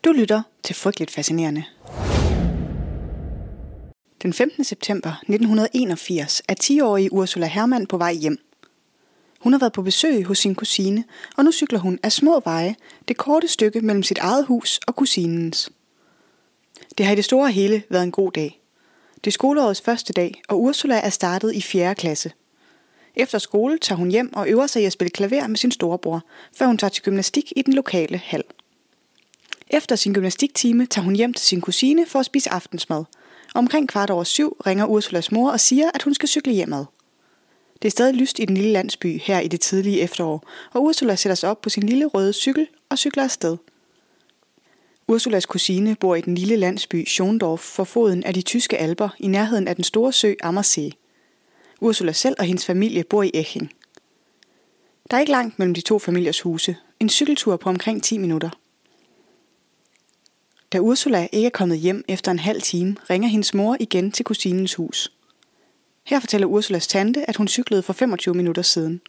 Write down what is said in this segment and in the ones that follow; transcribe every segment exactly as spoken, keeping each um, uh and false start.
Du lytter til Frygteligt Fascinerende. Den femtende september nitten enogfirs er ti-årige Ursula Hermann på vej hjem. Hun har været på besøg hos sin kusine, og nu cykler hun af små veje det korte stykke mellem sit eget hus og kusinens. Det har i det store hele været en god dag. Det er skoleårets første dag, og Ursula er startet i fjerde klasse. Efter skole tager hun hjem og øver sig i at spille klaver med sin storebror, før hun tager til gymnastik i den lokale hal. Efter sin gymnastiktime tager hun hjem til sin kusine for at spise aftensmad. Omkring kvart over syv ringer Ursulas mor og siger, at hun skal cykle hjemad. Det er stadig lyst i den lille landsby her i det tidlige efterår, og Ursula sætter sig op på sin lille røde cykel og cykler afsted. Ursulas kusine bor i den lille landsby Schondorf for foden af de tyske alper i nærheden af den store sø Ammersee. Ursula selv og hendes familie bor i Eching. Der er ikke langt mellem de to familiers huse. En cykeltur på omkring ti minutter. Da Ursula ikke er kommet hjem efter en halv time, ringer hendes mor igen til kusinens hus. Her fortæller Ursulas tante, at hun cyklede for femogtyve minutter siden.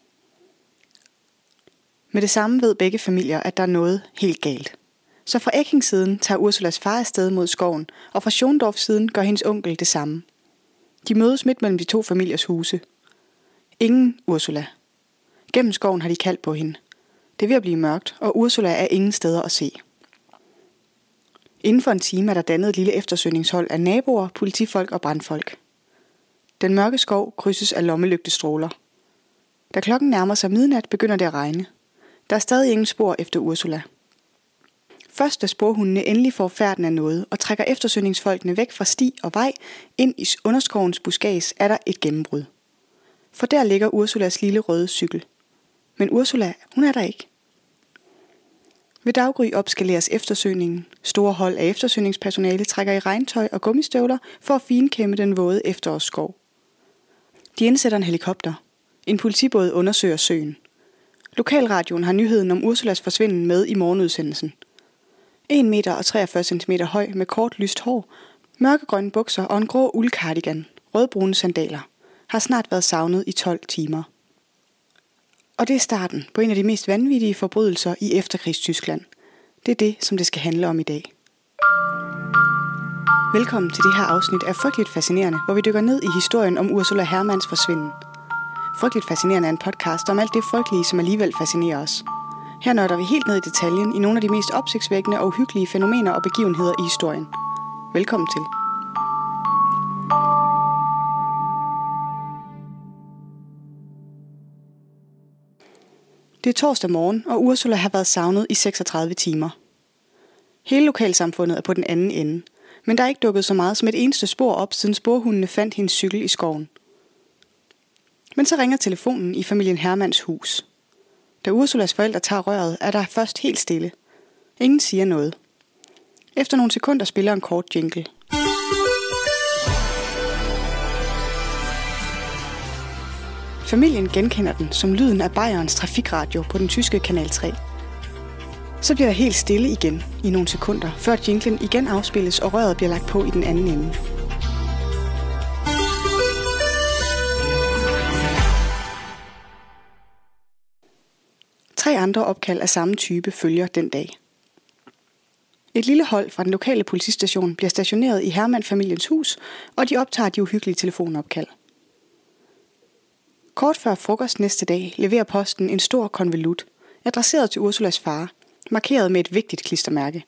Med det samme ved begge familier, at der er noget helt galt. Så fra Eching-siden tager Ursulas far afsted mod skoven, og fra Schondorf-siden gør hendes onkel det samme. De mødes midt mellem de to familiers huse. Ingen Ursula. Gennem skoven har de kaldt på hende. Det er ved at blive mørkt, og Ursula er ingen steder at se. Inden for en time er der dannet et lille eftersøgningshold af naboer, politifolk og brandfolk. Den mørke skov krydses af lommelygtestråler. Da klokken nærmer sig midnat, begynder det at regne. Der er stadig ingen spor efter Ursula. Først da sporhundene endelig får færden af noget og trækker eftersøgningsfolkene væk fra sti og vej ind i underskovens buskads, er der et gennembrud. For der ligger Ursulas lille røde cykel. Men Ursula, hun er der ikke. Ved daggry opskaleres eftersøgningen. Store hold af eftersøgningspersonale trækker i regntøj og gummistøvler for at finkæmme den våde efterårsskov. De indsætter en helikopter. En politibåd undersøger søen. Lokalradioen har nyheden om Ursulas forsvinden med i morgenudsendelsen. en meter og treogfyrre centimeter høj med kort lyst hår, mørkegrønne bukser og en grå uldcardigan, rødbrune sandaler, har snart været savnet i tolv timer. Og det er starten på en af de mest vanvittige forbrydelser i efterkrigstyskland. Det er det, som det skal handle om i dag. Velkommen til det her afsnit af Frygteligt Fascinerende, hvor vi dykker ned i historien om Ursula Hermanns forsvinden. Frygteligt Fascinerende er en podcast om alt det frygtelige, som alligevel fascinerer os. Her nørder vi helt ned i detaljen i nogle af de mest opsigtsvækkende og uhyggelige fænomener og begivenheder i historien. Velkommen til. Det er torsdag morgen, og Ursula har været savnet i seksogtredive timer. Hele lokalsamfundet er på den anden ende, men der er ikke dukket så meget som et eneste spor op, siden sporhundene fandt hendes cykel i skoven. Men så ringer telefonen i familien Hermanns hus. Da Ursulas forældre tager røret, er der først helt stille. Ingen siger noget. Efter nogle sekunder spiller en kort jingle. Familien genkender den som lyden af Bayerns trafikradio på den tyske kanal tre. Så bliver der helt stille igen i nogle sekunder, før jinglen igen afspilles og røret bliver lagt på i den anden ende. Tre andre opkald af samme type følger den dag. Et lille hold fra den lokale politistation bliver stationeret i Hermann-familiens hus, og de optager de uhyggelige telefonopkald. Kort før frokost næste dag leverer posten en stor konvolut, adresseret til Ursulas far, markeret med et vigtigt klistermærke.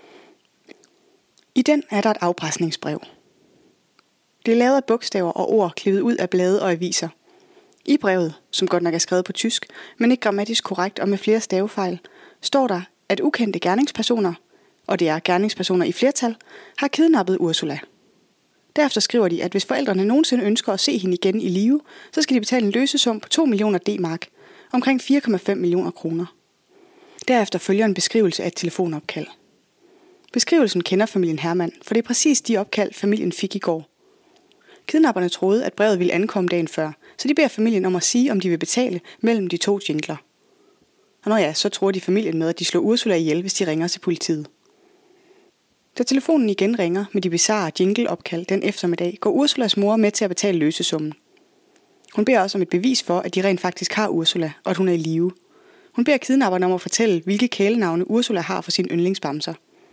I den er der et afpresningsbrev. Det er lavet af bogstaver og ord klippet ud af blade og aviser. I brevet, som godt nok er skrevet på tysk, men ikke grammatisk korrekt og med flere stavefejl, står der, at ukendte gerningspersoner, og det er gerningspersoner i flertal, har kidnappet Ursula. Derefter skriver de, at hvis forældrene nogensinde ønsker at se hende igen i live, så skal de betale en løsesum på to millioner D-mark, omkring fire komma fem millioner kroner. Derefter følger en beskrivelse af et telefonopkald. Beskrivelsen kender familien Hermann, for det er præcis de opkald, familien fik i går. Kidnapperne troede, at brevet ville ankomme dagen før, så de beder familien om at sige, om de vil betale mellem de to jingler. Og når ja, så tror de familien med, at de slår Ursula ihjel, hvis de ringer til politiet. Da telefonen igen ringer med de bizarre jingle-opkald den eftermiddag, går Ursulas mor med til at betale løsesummen. Hun beder også om et bevis for, at de rent faktisk har Ursula, og at hun er i live. Hun beder kidnapperne om at fortælle, hvilke kælenavne Ursula har for sine yndlingsbamser.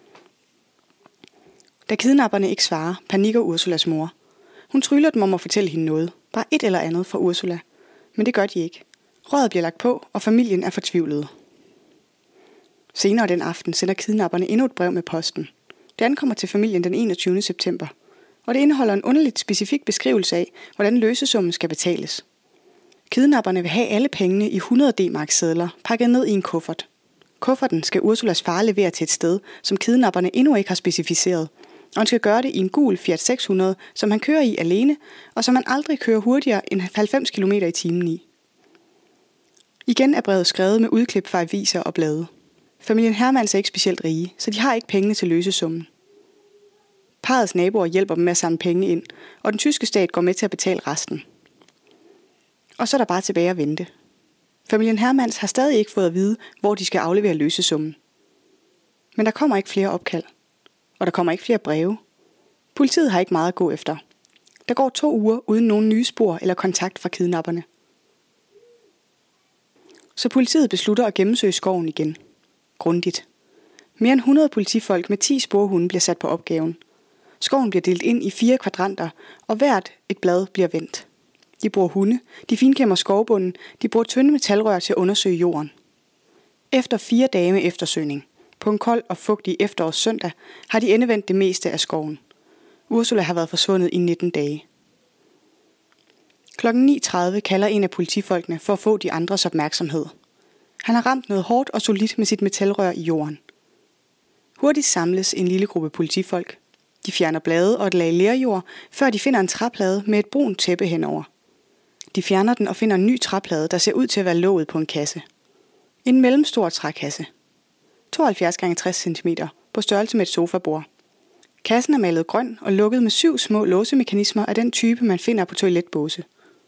Da kidnapperne ikke svarer, panikker Ursulas mor. Hun tryller dem om at fortælle hende noget. Bare et eller andet fra Ursula. Men det gør de ikke. Røret bliver lagt på, og familien er fortvivlet. Senere den aften sender kidnapperne endnu et brev med posten. Det ankommer til familien den enogtyvende september. Og det indeholder en underligt specifik beskrivelse af, hvordan løsesummen skal betales. Kidnapperne vil have alle pengene i hundrede D-marksedler pakket ned i en kuffert. Kufferten skal Ursulas far levere til et sted, som kidnapperne endnu ikke har specificeret, og han skal gøre det i en gul Fiat seks hundrede, som han kører i alene, og som han aldrig kører hurtigere end halvfems kilometer i timen i. Igen er brevet skrevet med udklip fra aviser og blade. Familien Hermans er ikke specielt rige, så de har ikke pengene til løsesummen. Parrets naboer hjælper dem med at samle penge ind, og den tyske stat går med til at betale resten. Og så er der bare tilbage at vente. Familien Hermans har stadig ikke fået at vide, hvor de skal aflevere løsesummen. Men der kommer ikke flere opkald. Og der kommer ikke flere breve. Politiet har ikke meget at gå efter. Der går to uger uden nogen nye spor eller kontakt fra kidnapperne. Så politiet beslutter at gennemsøge skoven igen. Grundigt. Mere end hundrede politifolk med ti sporhunde bliver sat på opgaven. Skoven bliver delt ind i fire kvadranter, og hvert et blad bliver vendt. De bruger hunde, de finkæmmer skovbunden, de bruger tynde metalrør til at undersøge jorden. Efter fire dage med eftersøgning, på en kold og fugtig efterårs søndag, har de endevendt det meste af skoven. Ursula har været forsvundet i nitten dage. Klokken ni tredive kalder en af politifolkene for at få de andres opmærksomhed. Han har ramt noget hårdt og solidt med sit metalrør i jorden. Hurtigt samles en lille gruppe politifolk. De fjerner blade og et lag lerjord, før de finder en træplade med et brunt tæppe henover. De fjerner den og finder en ny træplade, der ser ud til at være låget på en kasse. En mellemstor trækasse. tooghalvfjerds gange tres centimeter på størrelse med et sofabord. Kassen er malet grøn og lukket med syv små låsemekanismer af den type, man finder på toiletbåse.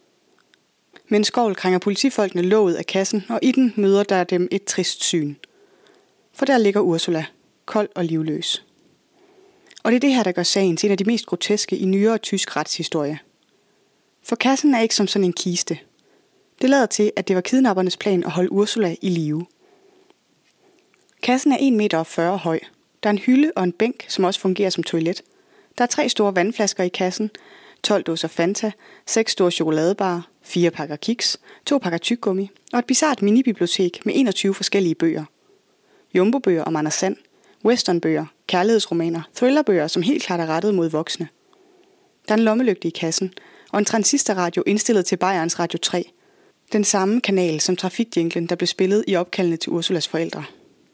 Med en skovl krænger politifolkene låget af kassen, og i den møder der dem et trist syn. For der ligger Ursula, kold og livløs. Og det er det her, der gør sagen til en af de mest groteske i nyere tysk retshistorie. For kassen er ikke som sådan en kiste. Det lader til, at det var kidnappernes plan at holde Ursula i live. Kassen er en meter og fyrre høj. Der er en hylde og en bænk, som også fungerer som toilet. Der er tre store vandflasker i kassen, tolv dåser Fanta, seks store chokoladebarer, fire pakker kiks, to pakker tyggegummi og et bizart minibibliotek med enogtyve forskellige bøger. Jumbo-bøger om Anders Sand, westernbøger, kærlighedsromaner, thrillerbøger, som helt klart er rettet mod voksne. Der er en lommelygte i kassen, og en transistorradio indstillet til Bayerns Radio tre. Den samme kanal som trafikjinglen, der blev spillet i opkaldene til Ursulas forældre.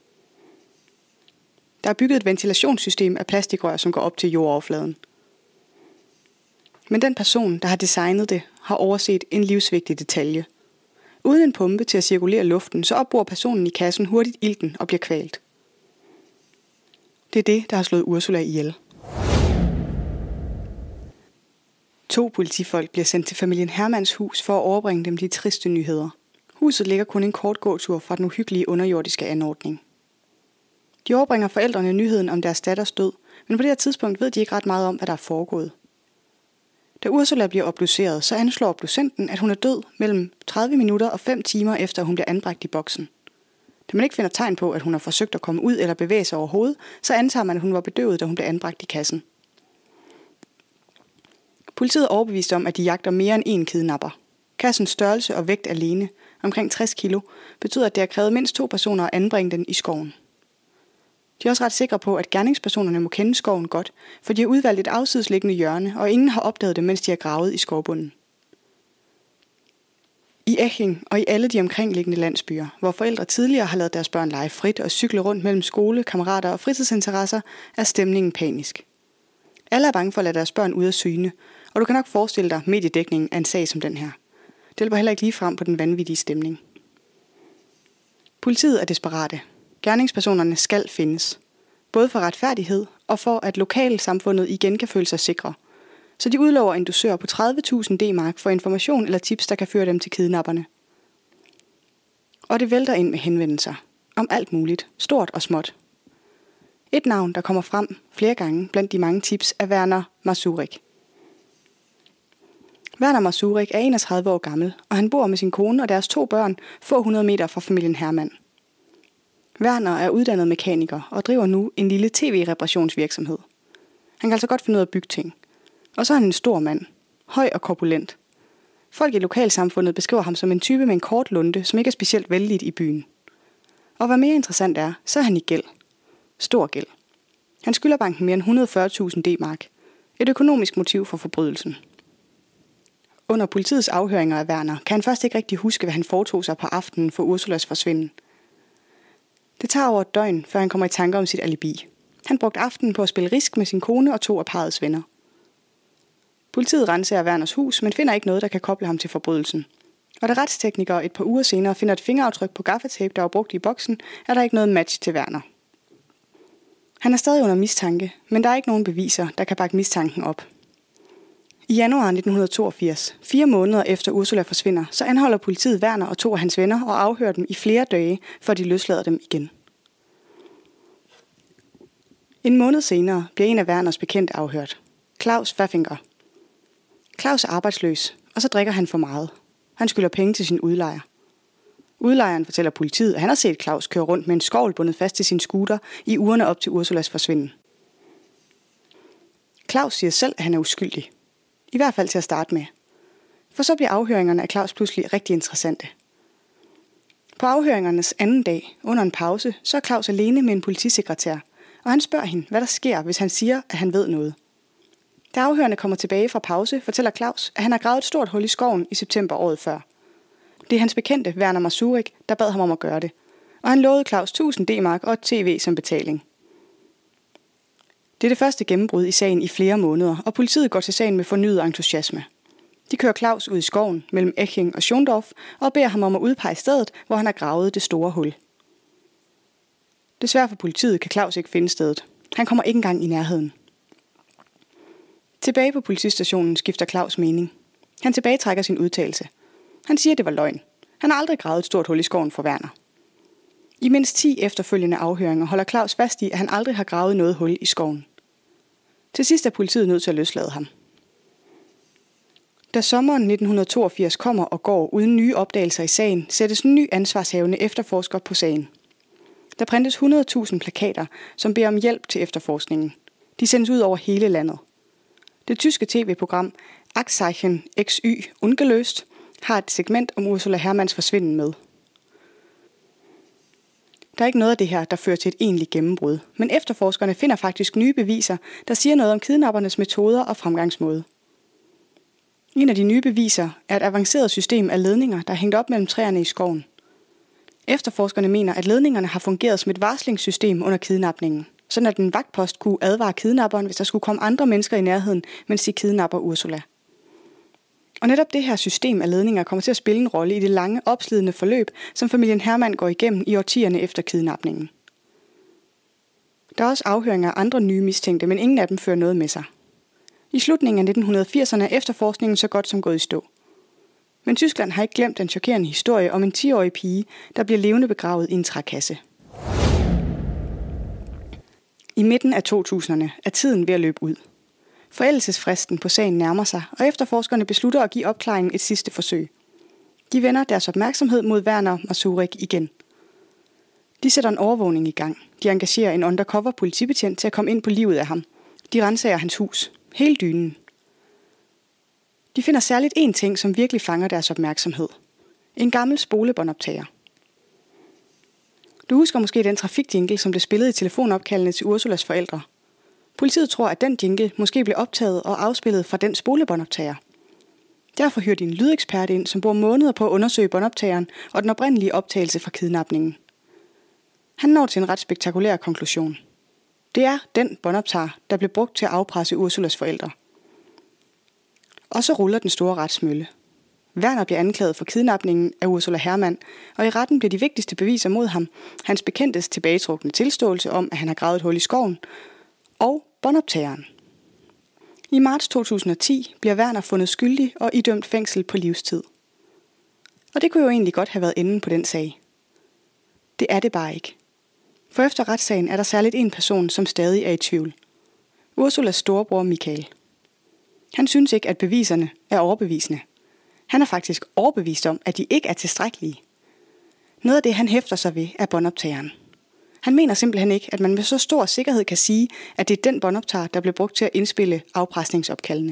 Der er bygget et ventilationssystem af plastikrør, som går op til jordoverfladen. Men den person, der har designet det, har overset en livsvigtig detalje. Uden en pumpe til at cirkulere luften, så opbruger personen i kassen hurtigt ilten og bliver kvalt. Det er det, der har slået Ursula ihjel. To politifolk bliver sendt til familien Hermans hus for at overbringe dem de triste nyheder. Huset ligger kun en kort gåtur fra den uhyggelige underjordiske anordning. De overbringer forældrene nyheden om deres datters død, men på det her tidspunkt ved de ikke ret meget om, hvad der er foregået. Da Ursula bliver obduceret, så anslår obducenten, at hun er død mellem tredive minutter og fem timer efter, hun bliver anbragt i boksen. Da man ikke finder tegn på, at hun har forsøgt at komme ud eller bevæge sig overhovedet, så antager man, at hun var bedøvet, da hun blev anbragt i kassen. Politiet er overbevist om, at de jagter mere end én kidnapper. Kassens størrelse og vægt alene, omkring tres kilo, betyder, at det har krævet mindst to personer at anbringe den i skoven. De er også ret sikre på, at gerningspersonerne må kende skoven godt, for de har udvalgt et afsidesliggende hjørne, og ingen har opdaget det, mens de har gravet i skovbunden. I Eching og i alle de omkringliggende landsbyer, hvor forældre tidligere har ladet deres børn lege frit og cykle rundt mellem skole, kammerater og fritidsinteresser, er stemningen panisk. Alle er bange for at lade deres børn ud af syne, og du kan nok forestille dig mediedækningen af en sag som den her. Det hjælper heller ikke lige frem på den vanvittige stemning. Politiet er desperate. Gerningspersonerne skal findes. Både for retfærdighed og for at lokalsamfundet igen kan føle sig sikre. Så de udlover en dusør på tredive tusind D-mark for information eller tips, der kan føre dem til kidnapperne. Og det vælter ind med henvendelser. Om alt muligt. Stort og småt. Et navn, der kommer frem flere gange blandt de mange tips, er Werner Masurik. Werner Masurik er enogtredive år gammel, og han bor med sin kone og deres to børn få hundrede meter fra familien Herman. Werner er uddannet mekaniker og driver nu en lille tv-reparationsvirksomhed. Han kan altså godt finde ud af at bygge ting. Og så er han en stor mand. Høj og korpulent. Folk i lokalsamfundet beskriver ham som en type med en kort lunte, som ikke er specielt vældigt i byen. Og hvad mere interessant er, så er han i gæld. Stor gæld. Han skylder banken mere end et hundrede og fyrre tusind D-mark. Et økonomisk motiv for forbrydelsen. Under politiets afhøringer af Werner kan han først ikke rigtig huske, hvad han foretog sig på aftenen for Ursulas forsvinden. Det tager over et døgn, før han kommer i tanker om sit alibi. Han brugte aftenen på at spille risk med sin kone og to af parrets venner. Politiet renser Werners hus, men finder ikke noget, der kan koble ham til forbrydelsen. Og da retsteknikere et par uger senere finder et fingeraftryk på gaffatape, der var brugt i boksen, er der ikke noget match til Werner. Han er stadig under mistanke, men der er ikke nogen beviser, der kan bakke mistanken op. I januar nitten toogfirs, fire måneder efter Ursula forsvinder, så anholder politiet Werner og to af hans venner og afhører dem i flere dage, før de løslader dem igen. En måned senere bliver en af Werners bekendte afhørt. Claus Pfaffinger. Claus er arbejdsløs, og så drikker han for meget. Han skylder penge til sin udlejer. Udlejeren fortæller politiet, at han har set Claus køre rundt med en skovl bundet fast til sin scooter i ugerne op til Ursulas forsvinden. Claus siger selv, at han er uskyldig. I hvert fald til at starte med. For så bliver afhøringerne af Claus pludselig rigtig interessante. På afhøringernes anden dag, under en pause, så er Claus alene med en politisekretær, og han spørger hende, hvad der sker, hvis han siger, at han ved noget. Da afhørerne kommer tilbage fra pause, fortæller Claus, at han har gravet et stort hul i skoven i september året før. Det er hans bekendte, Werner Masurik, der bad ham om at gøre det, og han lovede Claus tusind D-mark og et tv som betaling. Det er det første gennembrud i sagen i flere måneder, og politiet går til sagen med fornyet entusiasme. De kører Claus ud i skoven mellem Eching og Schondorf og beder ham om at udpege stedet, hvor han har gravet det store hul. Desværre for politiet kan Claus ikke finde stedet. Han kommer ikke engang i nærheden. Tilbage på politistationen skifter Claus mening. Han tilbagetrækker sin udtalelse. Han siger, at det var løgn. Han har aldrig gravet et stort hul i skoven for Werner. I mindst ti efterfølgende afhøringer holder Claus fast i, at han aldrig har gravet noget hul i skoven. Til sidst er politiet nødt til at løslade ham. Da sommeren nitten toogfirs kommer og går uden nye opdagelser i sagen, sættes en ny ansvarshavende efterforsker på sagen. Der printes hundrede tusind plakater, som beder om hjælp til efterforskningen. De sendes ud over hele landet. Det tyske tv-program Achtzeichen X Y Ungelöst har et segment om Ursula Herrmanns forsvinden med. Der er ikke noget af det her, der fører til et egentligt gennembrud, men efterforskerne finder faktisk nye beviser, der siger noget om kidnappernes metoder og fremgangsmåde. En af de nye beviser er et avanceret system af ledninger, der er hængt op mellem træerne i skoven. Efterforskerne mener, at ledningerne har fungeret som et varslingssystem under kidnapningen, sådan at en vagtpost kunne advare kidnapperen, hvis der skulle komme andre mennesker i nærheden, mens de kidnapper Ursula. Og netop det her system af ledninger kommer til at spille en rolle i det lange, opslidende forløb, som familien Herrmann går igennem i årtierne efter kidnapningen. Der er også afhøringer af andre nye mistænkte, men ingen af dem fører noget med sig. I slutningen af nitten firserne er efterforskningen så godt som gået i stå. Men Tyskland har ikke glemt den chokerende historie om en ti-årig pige, der bliver levende begravet i en trækasse. I midten af to tusinderne er tiden ved at løbe ud. Forældelsesfristen på sagen nærmer sig, og efterforskerne beslutter at give opklaringen et sidste forsøg. De vender deres opmærksomhed mod Werner Masurik igen. De sætter en overvågning i gang. De engagerer en undercover politibetjent til at komme ind på livet af ham. De renser hans hus. Hele dynen. De finder særligt én ting, som virkelig fanger deres opmærksomhed. En gammel spolebåndoptager. Du husker måske den trafikjingle, som blev spillet i telefonopkaldene til Ursulas forældre. Politiet tror, at den jingle måske blev optaget og afspillet fra den spolebåndoptager. Derfor hyrer de en lydekspert ind, som bruger måneder på at undersøge båndoptageren og den oprindelige optagelse fra kidnapningen. Han når til en ret spektakulær konklusion. Det er den båndoptager, der blev brugt til at afpresse Ursulas forældre. Og så ruller den store retsmølle. Werner bliver anklaget for kidnapningen af Ursula Herrmann, og i retten bliver de vigtigste beviser mod ham hans bekendtes tilbagetrukne tilståelse om, at han har gravet et hul i skoven, og båndoptageren. I marts to tusind og ti bliver Werner fundet skyldig og idømt fængsel på livstid. Og det kunne jo egentlig godt have været enden på den sag. Det er det bare ikke. For efter retssagen er der særligt en person, som stadig er i tvivl. Ursulas storebror Michael. Han synes ikke, at beviserne er overbevisende. Han er faktisk overbevist om, at de ikke er tilstrækkelige. Noget af det, han hæfter sig ved, er båndoptageren. Han mener simpelthen ikke, at man med så stor sikkerhed kan sige, at det er den båndoptager, der blev brugt til at indspille afpresningsopkaldene.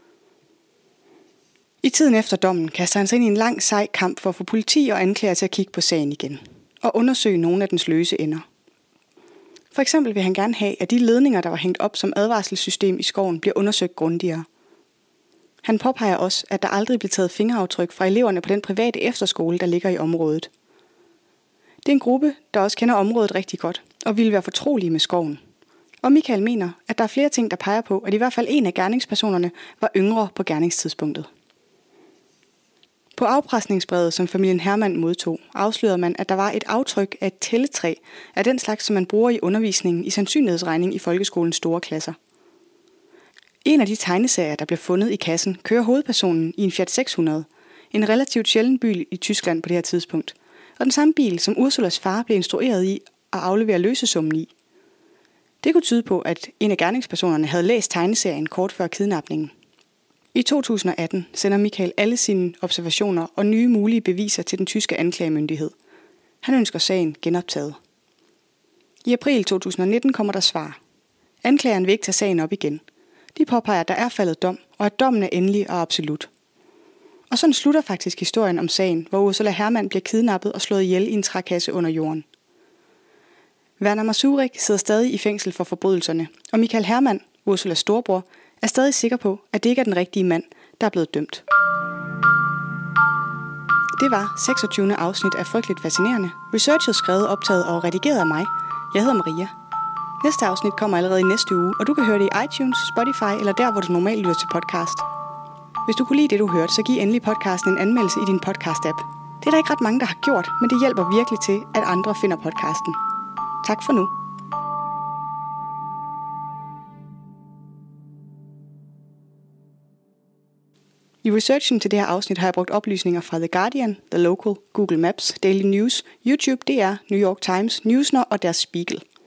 I tiden efter dommen kaster han sig ind i en lang sej kamp for at få politi og anklager til at kigge på sagen igen og undersøge nogle af dens løse ender. For eksempel vil han gerne have, at de ledninger, der var hængt op som advarselssystem i skoven, bliver undersøgt grundigere. Han påpeger også, at der aldrig blev taget fingeraftryk fra eleverne på den private efterskole, der ligger i området. Det er en gruppe, der også kender området rigtig godt og ville være fortrolige med skoven. Og Michael mener, at der er flere ting, der peger på, at i hvert fald en af gerningspersonerne var yngre på gerningstidspunktet. På afpresningsbrevet, som familien Hermann modtog, afslørede man, at der var et aftryk af et tælletræ af den slags, som man bruger i undervisningen i sandsynlighedsregning i folkeskolens store klasser. En af de tegneserier, der blev fundet i kassen, kører hovedpersonen i en Fiat seks hundrede, en relativt sjælden bil i Tyskland på det her tidspunkt, og den samme bil, som Ursulas far blev instrueret i at aflevere løsesummen i. Det kunne tyde på, at en af gerningspersonerne havde læst tegneserien kort før kidnapningen. I to tusind og atten sender Michael alle sine observationer og nye mulige beviser til den tyske anklagemyndighed. Han ønsker sagen genoptaget. I april to tusind og nitten kommer der svar. Anklageren vil ikke tage sagen op igen. De påpeger, at der er faldet dom, og at dommen er endelig og absolut. Og sådan slutter faktisk historien om sagen, hvor Ursula Hermann bliver kidnappet og slået ihjel i en trækasse under jorden. Werner Masurik sidder stadig i fængsel for forbrydelserne, og Michael Hermann, Ursulas storebror, er stadig sikker på, at det ikke er den rigtige mand, der er blevet dømt. Det var seksogtyvende afsnit af Frygteligt Fascinerende. Researchet skrevet, optaget og redigeret af mig. Jeg hedder Maria. Næste afsnit kommer allerede i næste uge, og du kan høre det i iTunes, Spotify eller der, hvor du normalt lytter til podcast. Hvis du kunne lide det, du hørte, så giv endelig podcasten en anmeldelse i din podcast-app. Det er der ikke ret mange, der har gjort, men det hjælper virkelig til, at andre finder podcasten. Tak for nu. I researchen til det her afsnit har jeg brugt oplysninger fra The Guardian, The Local, Google Maps, Daily News, YouTube, D R, New York Times, Newsner og Der Spiegel.